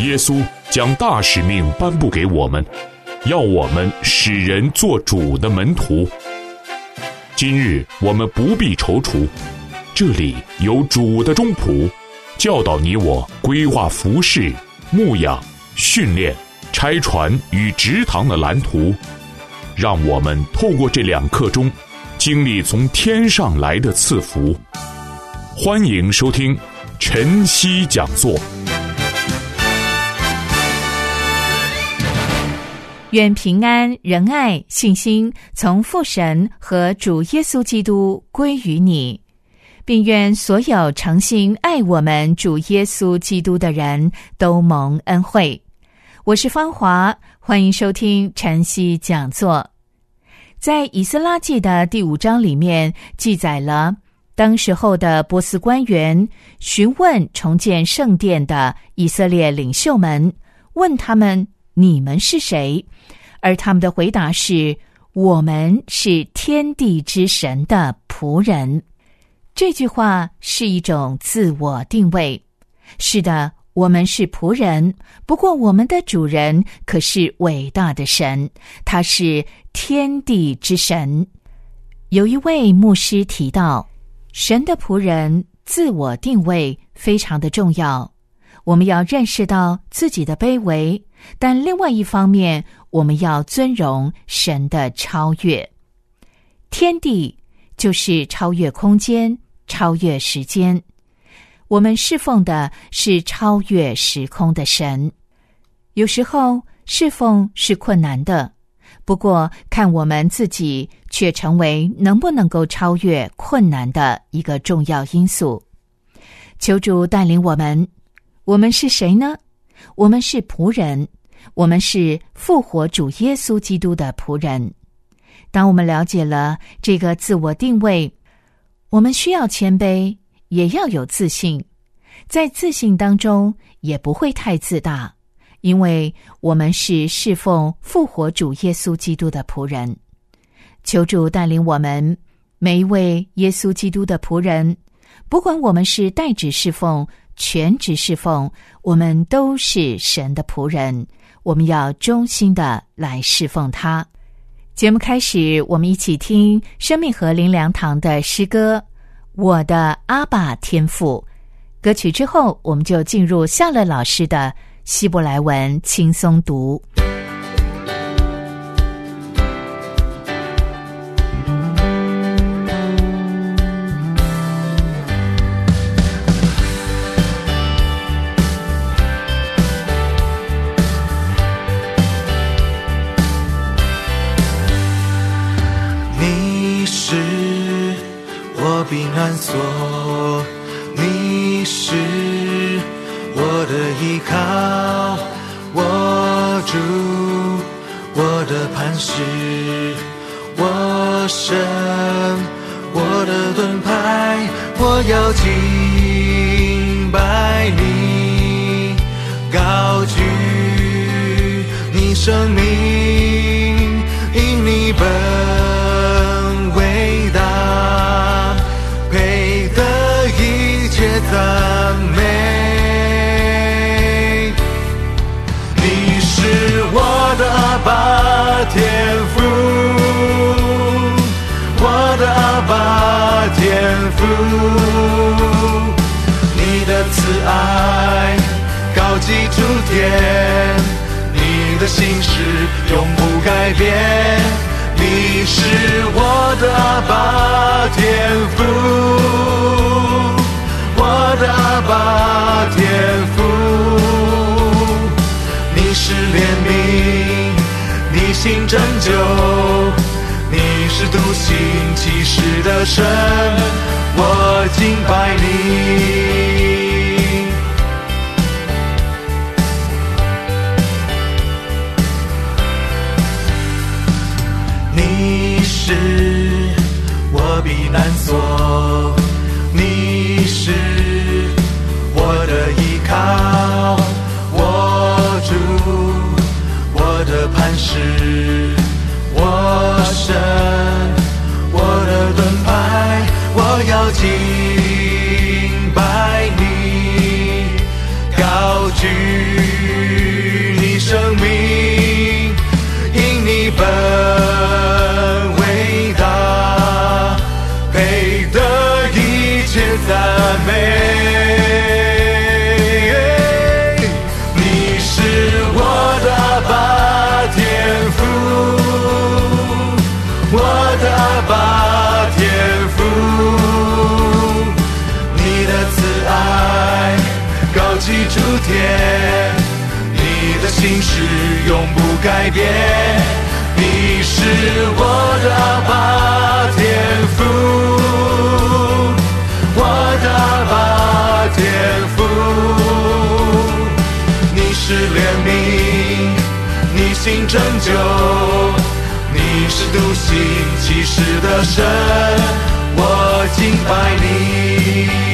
耶稣将大使命颁布给我们，要我们使人做主的门徒。今日我们不必踌躇，这里有主的忠仆，教导你我规划服事、牧养、训练、拆船与植堂的蓝图，让我们透过这2课中经历从天上来的赐福。欢迎收听晨曦讲座。 愿平安、仁爱、信心从父神和主耶稣基督归于你，并愿所有诚心爱我们主耶稣基督的人都蒙恩惠。我是芳华，欢迎收听晨曦讲座。在以斯拉记的第5章里面记载了当时候的波斯官员询问重建圣殿的以色列领袖们，问他们你们是谁？而他们的回答是，我们是天地之神的仆人。这句话是一种自我定位。是的，我们是仆人，不过我们的主人可是伟大的神，他是天地之神。有一位牧师提到，神的仆人自我定位非常的重要。我们要认识到自己的卑微，但另外一方面，我们要尊荣神的超越。天地就是超越空间、超越时间。我们侍奉的是超越时空的神。有时候侍奉是困难的，不过看我们自己却成为能不能够超越困难的一个重要因素。求主带领我们。我们是谁呢？我们是仆人，我们是复活主耶稣基督的仆人。当我们了解了这个自我定位，我们需要谦卑，也要有自信。在自信当中也不会太自大，因为我们是侍奉复活主耶稣基督的仆人。求主带领我们每一位耶稣基督的仆人，不管我们是代职侍奉、全职侍奉，我们都是神的仆人，我们要忠心的来侍奉他。节目开始，我们一起听生命河灵粮堂的诗歌《我的阿爸天父》。歌曲之后，我们就进入夏乐老师的希伯来文轻松读。 避难所，你是我的依靠，我主，我的磐石，我神，我的盾牌，我要敬拜你，高举你生命，因你本伟大，配得一切赞美。你是我的阿爸天父，我的阿爸天父，你的慈爱高及诸天，你的心事永不改变。你是我的阿爸天父，我的阿爸天父，你是怜悯，你行拯救，你是独行其事的神，我敬拜你。你是我避难所，你是我的依靠，我主，我的磐石，我神，我的盾牌，我要敬拜你，高举天，你的心事永不改变，你是我的阿爸天父，我的阿爸天父。你是怜悯，你行拯救，你是独行其事的神，我敬拜你。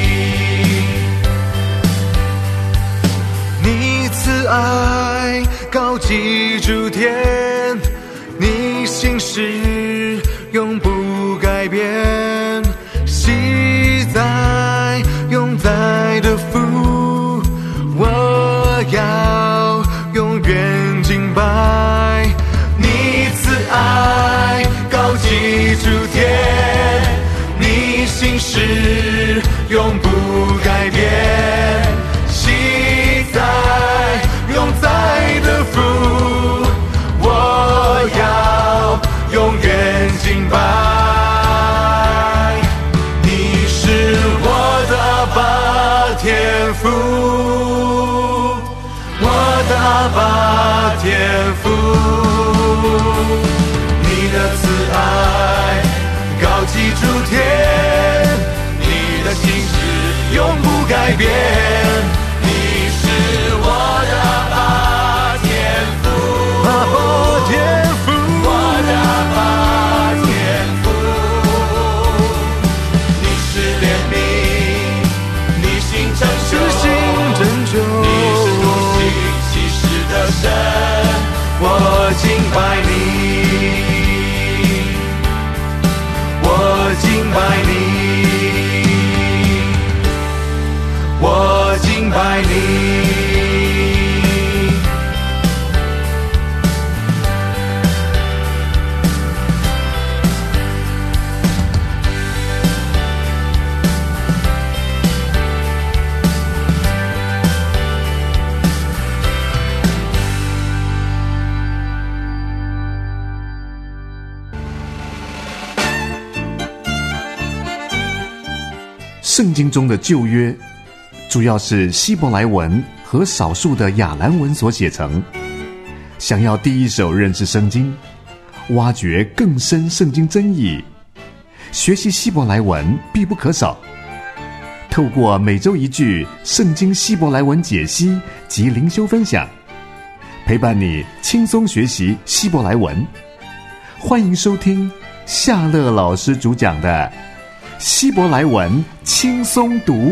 你慈爱高及诸天，你心事永不改变，昔在永在的父，我要永远敬拜。你慈爱高及诸天，你心事永不改变，昔在永在的父，我要永远敬拜。你是我的阿爸天父，我的阿爸天父。你的慈爱高及诸天，你的心事永不改变，你是我的阿爸天父，阿爸天父，我的阿爸天父。你是怜悯，你行拯救，你是独行其事的神，我敬拜你，我敬拜你，我敬拜你。 圣经中的旧约主要是希伯来文和少数的亚兰文所写成。想要第一手认识圣经，挖掘更深圣经真意，学习希伯来文必不可少。透过每周一句圣经希伯来文解析及灵修分享，陪伴你轻松学习希伯来文。欢迎收听夏乐老师主讲的希伯来文轻松读。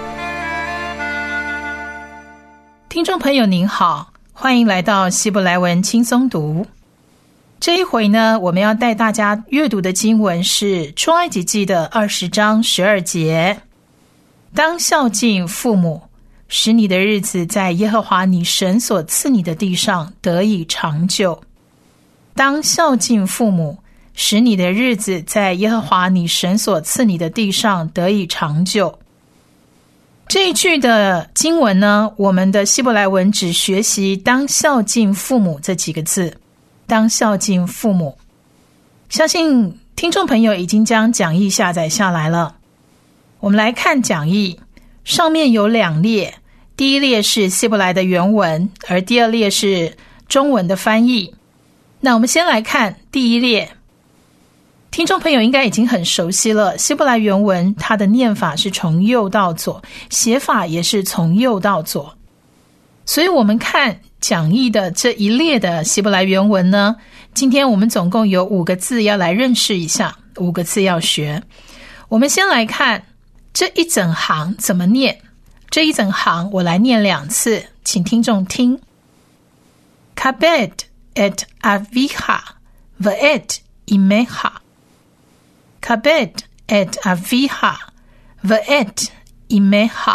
听众朋友您好，欢迎来到希伯来文轻松读。这一回呢，我们要带大家阅读的经文是出埃及记的20章12节。当孝敬父母，使你的日子在耶和华你神所赐你的地上得以长久。当孝敬父母，使你的日子在耶和华你神所赐你的地上得以长久。这一句的经文呢，我们的希伯来文只学习当孝敬父母这几个字。当孝敬父母，相信听众朋友已经将讲义下载下来了。我们来看讲义，上面有2列，第一列是希伯来的原文，而第二列是中文的翻译。那我们先来看第一列。听众朋友应该已经很熟悉了，希伯来原文它的念法是从右到左，写法也是从右到左。所以我们看讲义的这一列的希伯来原文呢，今天我们总共有5个字要来认识一下，5个字要学。我们先来看这一整行怎么念。这一整行我来念2次，请听众听。Kabed et avicha v'et imecha Kabed et avicha v'et imecha。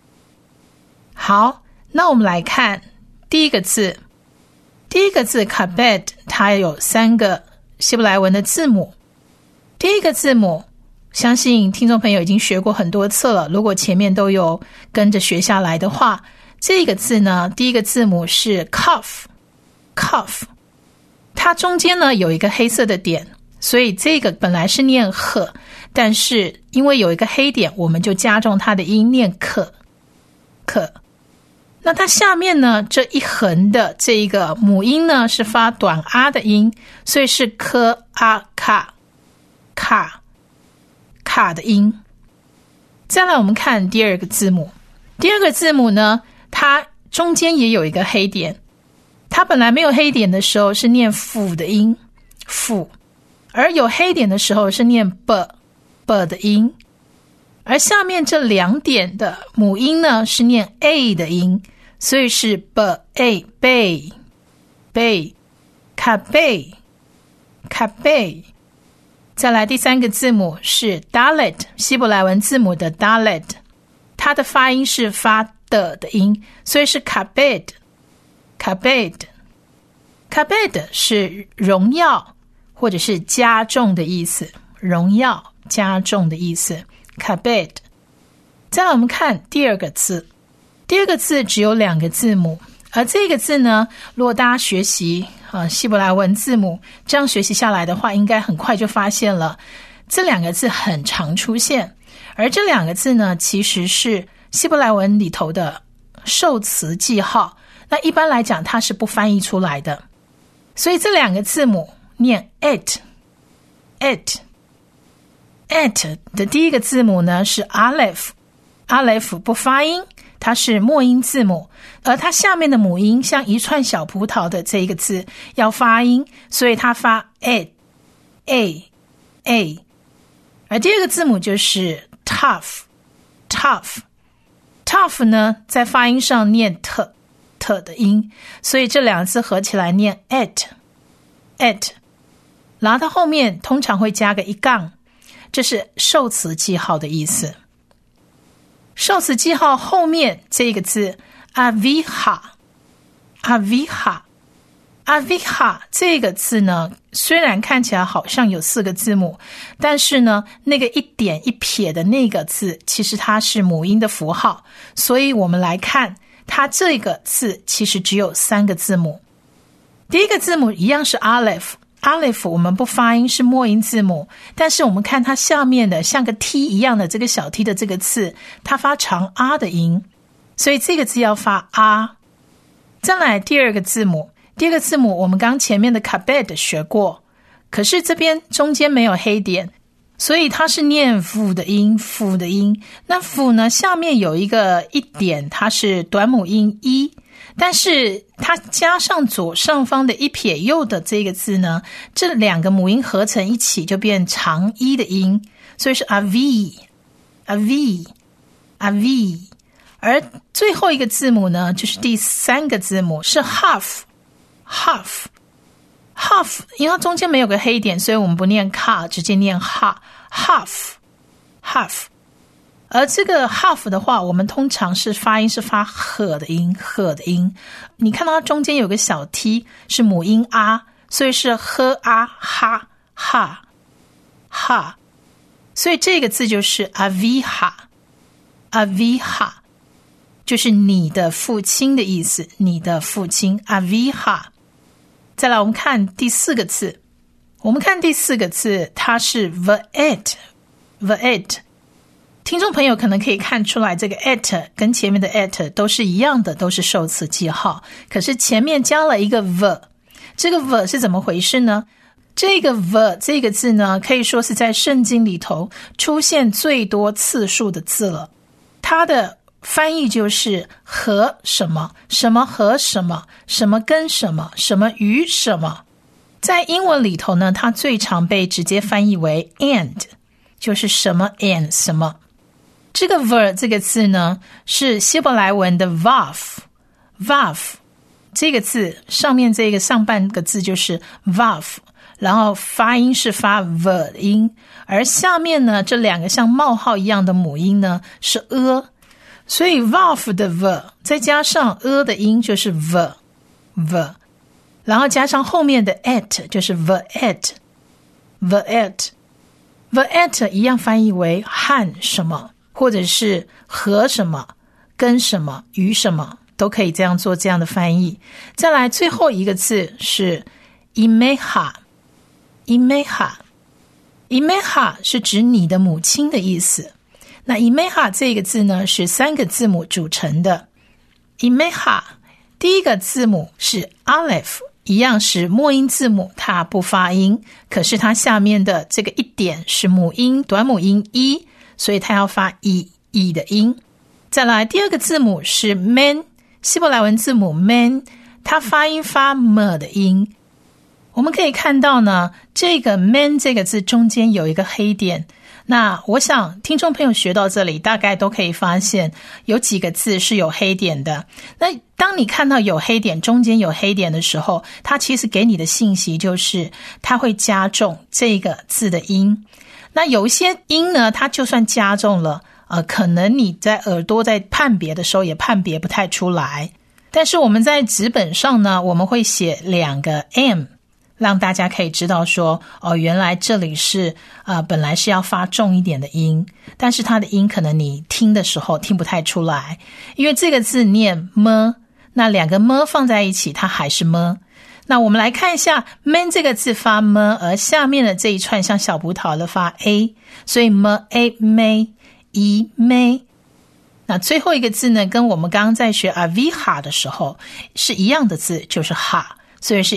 好，那我们来看第一个字。第一个字 Kabed 它有3个希伯来文的字母。第一个字母相信听众朋友已经学过很多次了，如果前面都有跟着学下来的话，这个字呢，第一个字母是 Kaf， 它中间呢有一个黑色的点，所以这个本来是念赫，但是因为有一个黑点，我们就加重它的音念可。 那它下面呢这一横的这一个母音呢是发短啊的音，所以是科啊卡卡的音。再来我们看第二个字母，第二个字母呢它中间也有一个黑点，它本来没有黑点的时候是念辅的音，辅，而有黑点的时候是念 b 的音，而下面这两点的母音呢是念 a 的音，所以是 b a 贝卡贝。再来第三个字母是 Dalet， 希伯来文字母的 Dalet， 它的发音是发的音，所以是 kabed。 是荣耀或者是加重的意思，荣耀加重的意思 kabed。 再来我们看第二个字，第二个字只有两个字母，而这个字呢，如果大家学习希伯来文字母这样学习下来的话，应该很快就发现了这两个字很常出现，而这两个字呢其实是希伯来文里头的受词记号，那一般来讲它是不翻译出来的，所以这两个字母念 et 的第一个字母呢是 Aleph 不发音，它是末音字母，而它下面的母音像一串小葡萄的这一个字要发音，所以它发 a。 而第二个字母就是 tough 呢在发音上念 t 的音，所以这两个字合起来念 et， 然后它后面通常会加个一杠，这是受词记号的意思。受词记号后面这个字 Aviha 这个字呢，虽然看起来好像有4个字母，但是呢那个一点一撇的那个字其实它是母音的符号，所以我们来看它这个字其实只有3个字母。第一个字母一样是 Aleph，我们不发音，是末音字母，但是我们看它下面的像个 T 一样的这个小 T 的这个字，它发长 R 的音，所以这个字要发 R。 再来第二个字母我们刚前面的 kabed 学过，可是这边中间没有黑点，所以它是念辅的音。那辅呢下面有一个一点，它是短母音一，但是它加上左上方的一撇右的这个字呢，这两个母音合成一起就变长一的音，所以是 avi。 而最后一个字母呢就是第3个字母是 half， 因为它中间没有个黑点，所以我们不念 ka， 直接念 half。而这个 half 的话，我们通常是发音是发呵的音。你看到它中间有个小 t 是母音 a， 所以是呵啊哈哈，所以这个字就是 aviha， 就是你的父亲的意思，你的父亲 aviha。 再来我们看第4个字，它是 vaet。听众朋友可能可以看出来，这个 et 跟前面的 et 都是一样的，都是受词记号，可是前面加了一个 v， 这个 v 是怎么回事呢？这个 v 这个字呢，可以说是在圣经里头出现最多次数的字了，它的翻译就是和什么，什么和什么，什么跟什么，什么与什么。在英文里头呢，它最常被直接翻译为 and， 就是什么 and 什么。这个 ver 这个字呢，是希伯来文的 vav， 这个字上面这个上半个字就是 vav， 然后发音是发 v 音，而下面呢这两个像冒号一样的母音呢是 所以 vav 的 v 再加上的音就是 v， 然后加上后面的 et 就是 vaet， 一样翻译为和什么，或者是和什么，跟什么，与什么，都可以这样做这样的翻译。再来最后一个字是 imeha， 是指你的母亲的意思。那 imeha 这个字呢是3个字母组成的 imeha 第一个字母是 Aleph， 一样是末音字母，它不发音，可是它下面的这个一点是母音，短母音 一，所以它要发 e 的音。再来第二个字母是 men， 希伯来文字母 men， 它发音发 m 的音。我们可以看到呢，这个 men 这个字中间有一个黑点，那我想听众朋友学到这里大概都可以发现有几个字是有黑点的。那当你看到有黑点，中间有黑点的时候，它其实给你的信息就是它会加重这个字的音。那有一些音呢，它就算加重了可能你在耳朵在判别的时候也判别不太出来。但是我们在纸本上呢，我们会写2个 M，让大家可以知道说原来这里是本来是要发重一点的音，但是它的音可能你听的时候听不太出来，因为这个字念么，那2个么放在一起它还是么。那我们来看一下 men 这个字发么，而下面的这一串像小葡萄的发 a， 所以么 a 妹 e 妹。那最后一个字呢，跟我们刚刚在学 aviha 的时候是一样的字，就是哈，所以是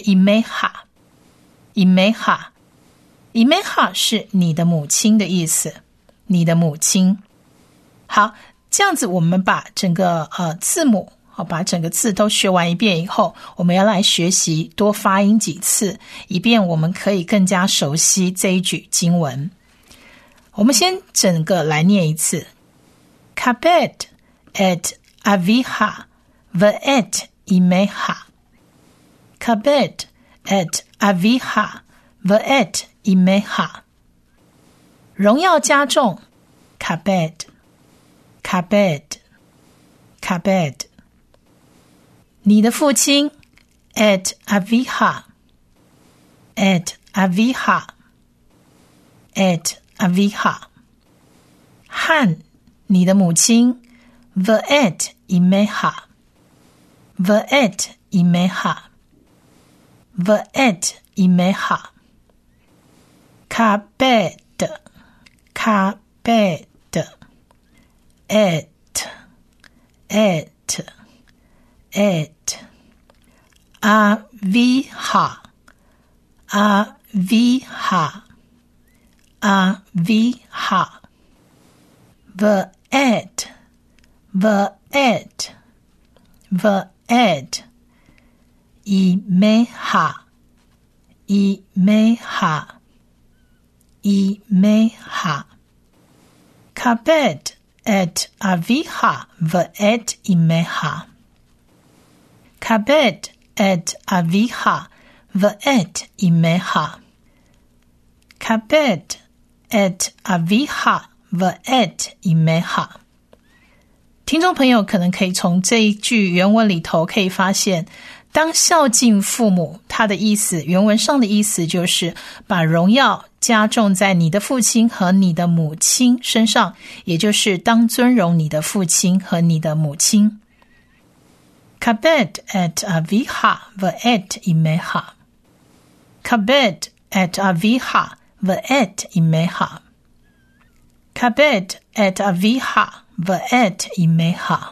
imeha。Imeha 是你的母亲的意思，你的母亲。好，这样子我们把整个字母把整个字都学完一遍以后，我们要来学习多发音几次，以便我们可以更加熟悉这一句经文。我们先整个来念一次 Kabed et aviha ve'et imeha Kabed et aviha ve'et imeha 荣耀加重 Kabed Kabed Kabed 你的父亲 et aviha et aviha et aviha 和你的母亲 ve'et imeha ve'et imeha ve'et imeha kabed kabed et aviha aviha aviha ve'et imeha kabed et aviha ve'et imeha kabed et aviha ve'et imeha kabed et aviha ve'et imeha 听众朋友可能可以从这一句原文里头可以发现，当孝敬父母，它的意思原文上的意思就是把荣耀加重在你的父亲和你的母亲身上，也就是当尊荣你的父亲和你的母亲。Kabed et aviha ve'et imeha Kabed et aviha ve'et imeha Kabed et aviha ve'et imeha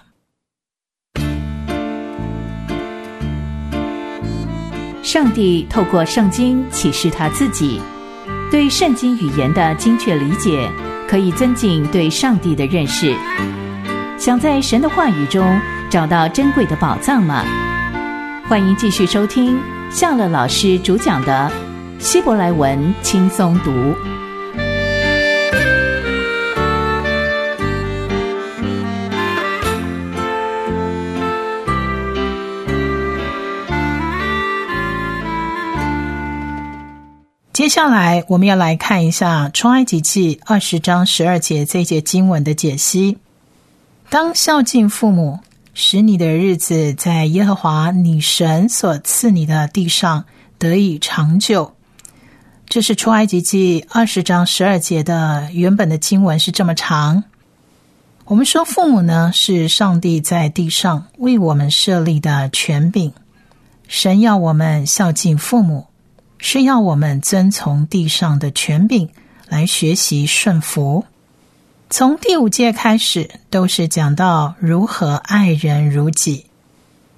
上帝透过圣经启示他自己，对圣经语言的精确理解可以增进对上帝的认识。想在神的话语中找到珍贵的宝藏吗？欢迎继续收听夏乐老师主讲的希伯来文轻松读。 接下来我们要来看一下出埃及记20章12节这一节经文的解析。当孝敬父母，使你的日子在耶和华你神所赐你的地上得以长久。这是出埃及记20章12节的原本的经文是这么长。我们说父母呢，是上帝在地上为我们设立的权柄。神要我们孝敬父母，是要我们遵从地上的权柄来学习顺服。从第5节开始都是讲到如何爱人如己。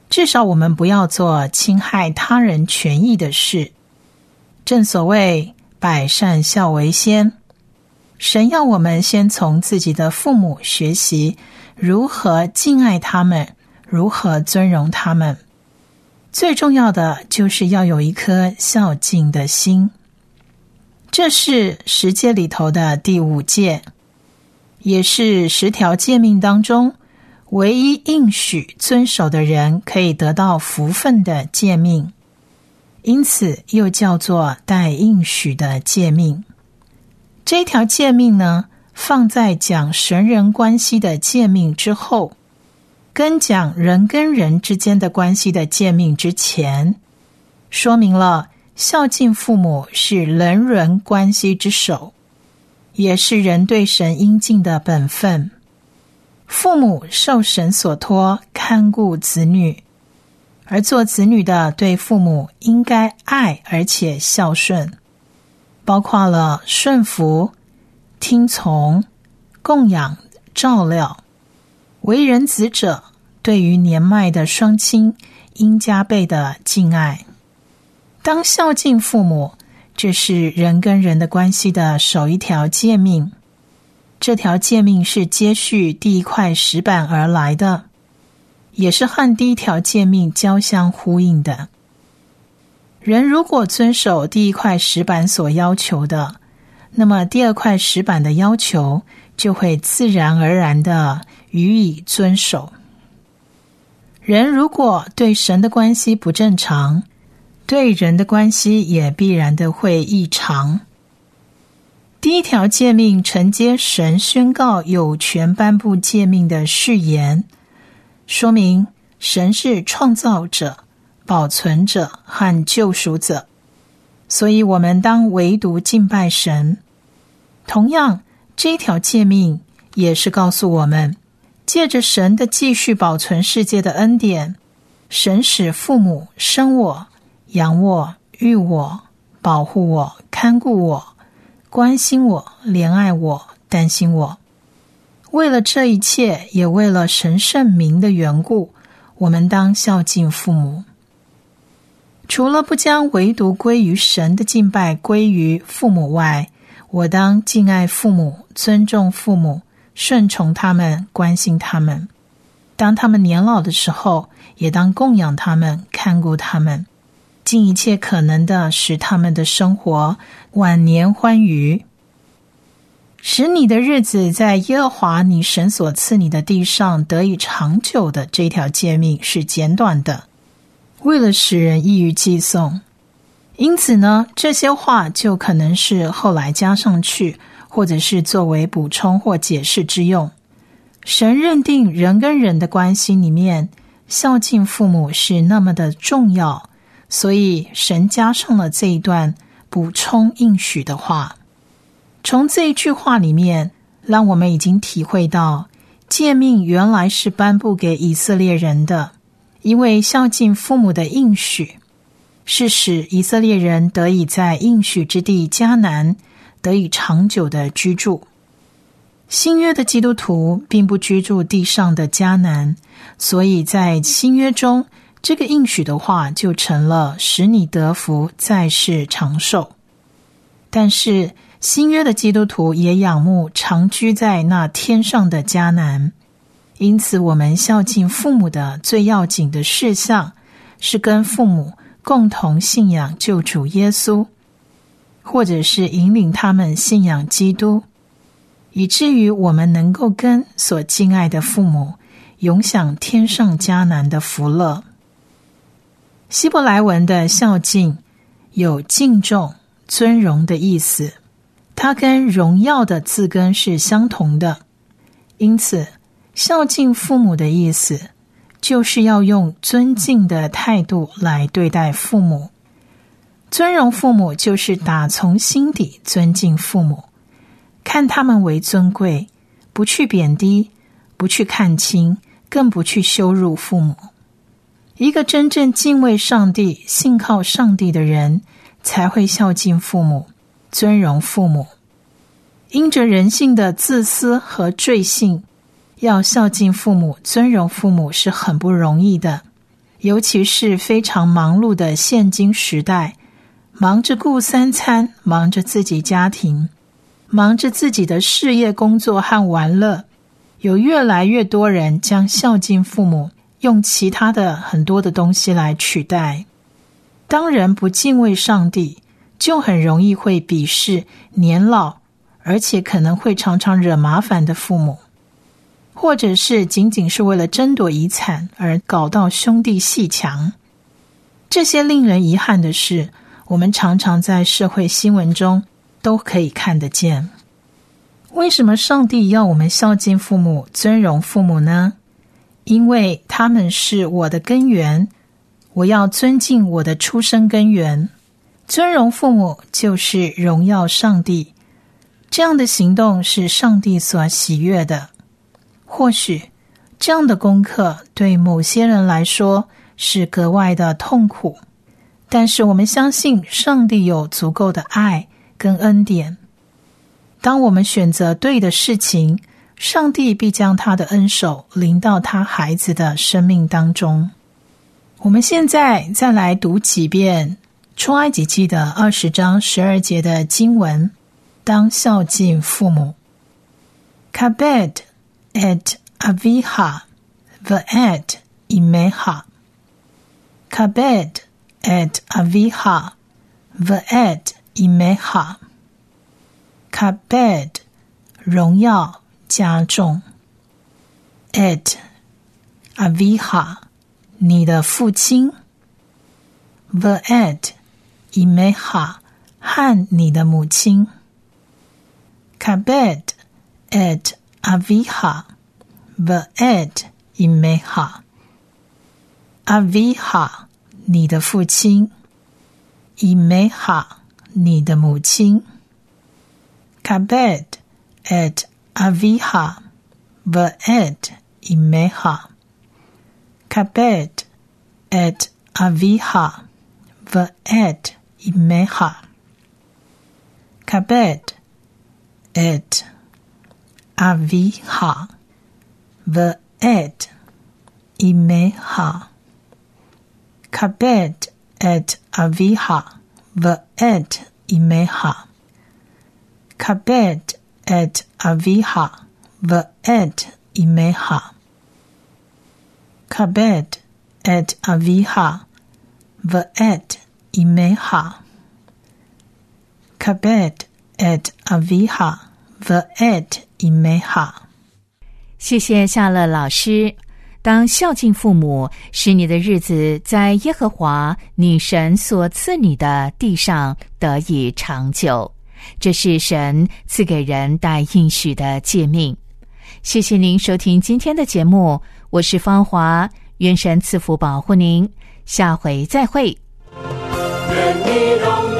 至少我们不要做侵害他人权益的事。正所谓百善孝为先，神要我们先从自己的父母学习如何敬爱他们，如何尊荣他们。最重要的就是要有一颗孝敬的心。这是10诫里头的第5诫，也是10条诫命当中唯一应许遵守的人可以得到福分的诫命，因此又叫做带应许的诫命。这条诫命呢，放在讲神人关系的诫命之后，跟讲人跟人之间的关系的诫命之前，说明了孝敬父母是人伦关系之首，也是人对神应尽的本分。父母受神所托看顾子女，而做子女的对父母应该爱而且孝顺，包括了顺服、听从、供养、照料。为人子者对于年迈的双亲应加倍的敬爱。当孝敬父母，这是人跟人的关系的首一条诫命。这条诫命是接续第一块石板而来的，也是和第一条诫命交相呼应的。人如果遵守第一块石板所要求的，那么第二块石板的要求就会自然而然的予以遵守。人如果对神的关系不正常，对人的关系也必然的会异常。第一条诫命承接神宣告有权颁布诫命的誓言，说明神是创造者、保存者和救赎者，所以我们当唯独敬拜神。同样，这一条诫命也是告诉我们，借着神的继续保存世界的恩典，神使父母生我、养我、育我、保护我、看顾我、关心我、怜爱我、担心我。为了这一切，也为了神圣名的缘故，我们当孝敬父母。除了不将唯独归于神的敬拜归于父母外，我当敬爱父母，尊重父母，顺从他们，关心他们。当他们年老的时候，也当供养他们，看顾他们，尽一切可能的使他们的生活晚年欢愉。使你的日子在耶和华你神所赐你的地上得以长久的这条诫命是简短的，为了使人易于记诵。因此呢，这些话就可能是后来加上去，或者是作为补充或解释之用。神认定人跟人的关系里面，孝敬父母是那么的重要，所以神加上了这一段补充应许的话。从这一句话里面，让我们已经体会到，诫命原来是颁布给以色列人的，因为孝敬父母的应许是使以色列人得以在应许之地迦南得以长久的居住。新约的基督徒并不居住地上的迦南，所以在新约中，这个应许的话就成了使你得福，在世长寿。但是新约的基督徒也仰慕常居在那天上的迦南，因此我们孝敬父母的最要紧的事项是跟父母共同信仰救主耶稣，或者是引领他们信仰基督，以至于我们能够跟所敬爱的父母永享天上迦南的福乐。希伯来文的孝敬有敬重、尊荣的意思，它跟荣耀的字根是相同的，因此孝敬父母的意思就是要用尊敬的态度来对待父母。尊荣父母就是打从心底尊敬父母，看他们为尊贵，不去贬低，不去看轻，更不去羞辱父母。一个真正敬畏上帝、信靠上帝的人，才会孝敬父母，尊荣父母。因着人性的自私和罪性，要孝敬父母、尊荣父母是很不容易的， 尤其是非常忙碌的现今时代，忙着顾三餐，忙着自己家庭，忙着自己的事业工作和玩乐，有越来越多人将孝敬父母用其他的很多的东西来取代。当人不敬畏上帝，就很容易会鄙视年老而且可能会常常惹麻烦的父母，或者是仅仅是为了争夺遗产而搞到兄弟阋墙。这些令人遗憾的事，我们常常在社会新闻中都可以看得见。为什么上帝要我们孝敬父母、尊荣父母呢？因为他们是我的根源，我要尊敬我的出生根源。尊荣父母就是荣耀上帝，这样的行动是上帝所喜悦的。或许这样的功课对某些人来说是格外的痛苦，但是我们相信上帝有足够的爱跟恩典。当我们选择对的事情，上帝必将他的恩手临到他孩子的生命当中。我们现在再来读几遍出埃及记的20章12节的经文，当孝敬父母。Kabed et aviha v'et imeha. Kabed et aviha v'et imeha. Kabed 荣耀加重 et aviha 你的父亲 v'et imeha 和你的母亲。 Kabed et aviha v'et imeha. Aviha 你的父亲， imeha 你的母亲。 Kabed et aviha v'et imeha. Kabed et aviha v'et imeha. Kabed et aviha v'et imeha. Kabed et aviha v'et imeha. Kabed et aviha v'et imeha. Kabed et aviha v'et imeha. Kabed et aviha v'et imeha. 谢谢夏乐老师。当孝敬父母，使你的日子在耶和华你神所赐你的地上得以长久，这是神赐给人带应许的诫命。谢谢您收听今天的节目，我是芳华，愿神赐福保护您，下回再会。 愿你荣